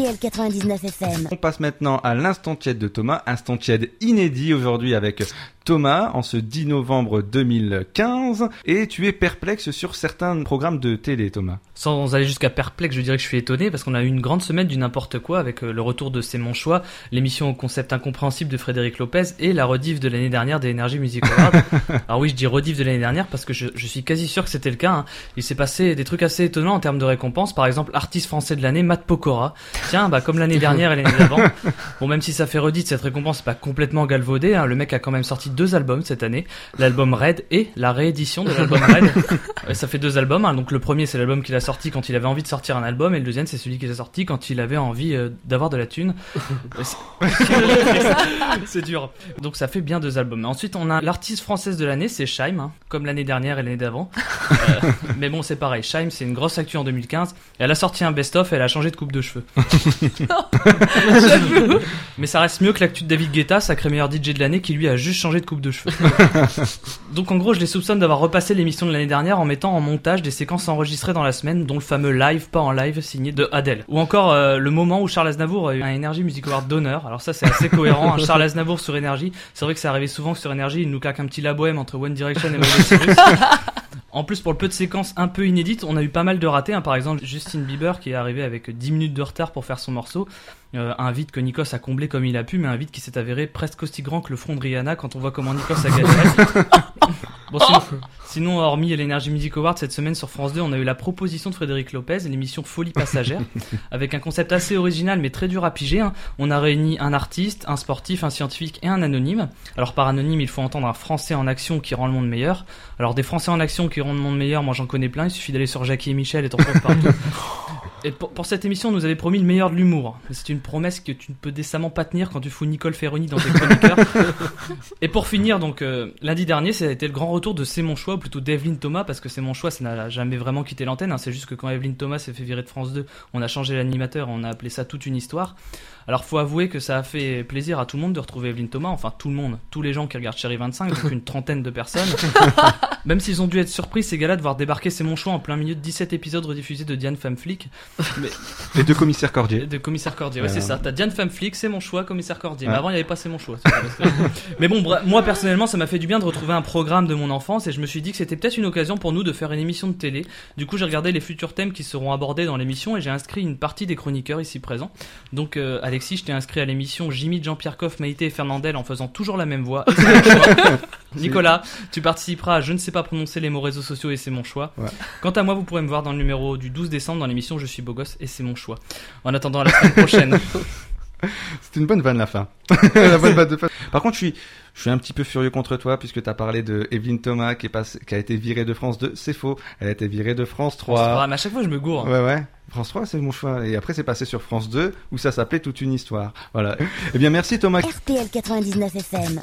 RTL 99 FM. On passe maintenant à l'instant tiède de Thomas, instant tiède inédit aujourd'hui avec Thomas en ce 10 novembre 2015 et tu es perplexe sur certains programmes de télé, Thomas. Sans aller jusqu'à perplexe, je dirais que je suis étonné parce qu'on a eu une grande semaine du n'importe quoi avec le retour de C'est mon choix, l'émission au concept incompréhensible de Frédéric Lopez et la rediff de l'année dernière des Energy Music Awards. Alors oui, je dis rediff de l'année dernière parce que je suis quasi sûr que c'était le cas. Hein. Il s'est passé des trucs assez étonnants en termes de récompenses. Par exemple, artiste français de l'année, Matt Pokora. Tiens, comme l'année dernière et l'année d'avant. Bon, même si ça fait redite, cette récompense c'est pas complètement galvaudée. Hein. Le mec a quand même sorti 2 albums cette année. L'album Red et la réédition de l'album Red. Ça fait 2 albums. Hein. Donc le premier c'est l'album qu'il a sorti quand il avait envie de sortir un album et le deuxième c'est celui qu'il a sorti quand il avait envie d'avoir de la thune. C'est dur. Donc ça fait bien 2 albums. Ensuite on a l'artiste française de l'année, c'est Shaim, hein, comme l'année dernière et l'année d'avant. Mais bon c'est pareil, Shaim c'est une grosse actu en 2015. Et elle a sorti un best-of et elle a changé de coupe de cheveux. Mais ça reste mieux que l'actu de David Guetta, sacré meilleur DJ de l'année, qui lui a juste changé de coupe de cheveux. Donc en gros je les soupçonne d'avoir repassé l'émission de l'année dernière en mettant en montage des séquences enregistrées dans la semaine, dont le fameux live pas en live signé de Adele. Ou encore le moment où Charles Aznavour a eu un Energy Music Award d'honneur. Alors ça c'est assez cohérent, hein. Charles Aznavour sur Energy, c'est vrai que ça arrivait souvent que sur Energy il nous claque un petit La Bohème entre One Direction et Miley Cyrus. En plus, pour le peu de séquences un peu inédites, on a eu pas mal de ratés. Hein. Par exemple, Justin Bieber qui est arrivé avec 10 minutes de retard pour faire son morceau. Un vide que Nikos a comblé comme il a pu, mais un vide qui s'est avéré presque aussi grand que le front de Rihanna quand on voit comment Nikos a galéré. Bon, sinon, hormis l'Energy Music Award, cette semaine sur France 2, on a eu la proposition de Frédéric Lopez, l'émission Folie Passagère, avec un concept assez original mais très dur à piger. Hein. On a réuni un artiste, un sportif, un scientifique et un anonyme. Alors par anonyme, il faut entendre un Français en action qui rend le monde meilleur. Alors des Français en action qui rendent le monde meilleur, moi j'en connais plein, il suffit d'aller sur Jackie et Michel et t'en trouves partout. Et pour cette émission, on nous avait promis le meilleur de l'humour. C'est une promesse que tu ne peux décemment pas tenir quand tu fous Nicole Ferroni dans tes chroniqueurs. Et pour finir, donc lundi dernier, ça a été le grand retour de C'est mon choix, ou plutôt d'Evelyne Thomas, parce que C'est mon choix, ça n'a jamais vraiment quitté l'antenne. Hein. C'est juste que quand Evelyne Thomas s'est fait virer de France 2, on a changé l'animateur, on a appelé ça Toute une histoire. Alors faut avouer que ça a fait plaisir à tout le monde de retrouver Evelyne Thomas, enfin tout le monde, tous les gens qui regardent Chérie 25, donc une trentaine de personnes. Même s'ils ont dû être surpris ces gars-là de voir débarquer C'est mon choix en plein milieu de 17 épisodes rediffusés de Diane Femme Flic. Et de Commissaire Cordier. De Commissaire Cordier, ouais, c'est ça. T'as Diane Femme Flic, C'est mon choix, Commissaire Cordier. Mais avant il n'y avait pas C'est mon choix. Mais bon, moi personnellement ça m'a fait du bien de retrouver un programme de mon enfance et je me suis dit que c'était peut-être une occasion pour nous de faire une émission de télé. Du coup j'ai regardé les futurs thèmes qui seront abordés dans l'émission et j'ai inscrit une partie des chroniqueurs ici présents. Donc Alexis, je t'ai inscrit à l'émission Jimmy, Jean-Pierre Coff, Maïté et Fernandel en faisant toujours la même voix. Nicolas, tu participeras à Je ne sais pas prononcer les mots réseaux sociaux et C'est mon choix. Ouais. Quant à moi, vous pourrez me voir dans le numéro du 12 décembre dans l'émission Je suis beau gosse et C'est mon choix. En attendant à la semaine prochaine. C'est une bonne vanne la fin. La bonne vanne de fin. Par contre, je suis un petit peu furieux contre toi puisque t'as parlé de Evelyne Thomas qui a été virée de France 2. C'est faux. Elle a été virée de France 3. Mais à chaque fois je me gourre. Ouais. France 3, c'est mon choix. Et après, c'est passé sur France 2 où ça s'appelait Toute une histoire. Voilà. Eh bien, merci Thomas. RTL 99 FM.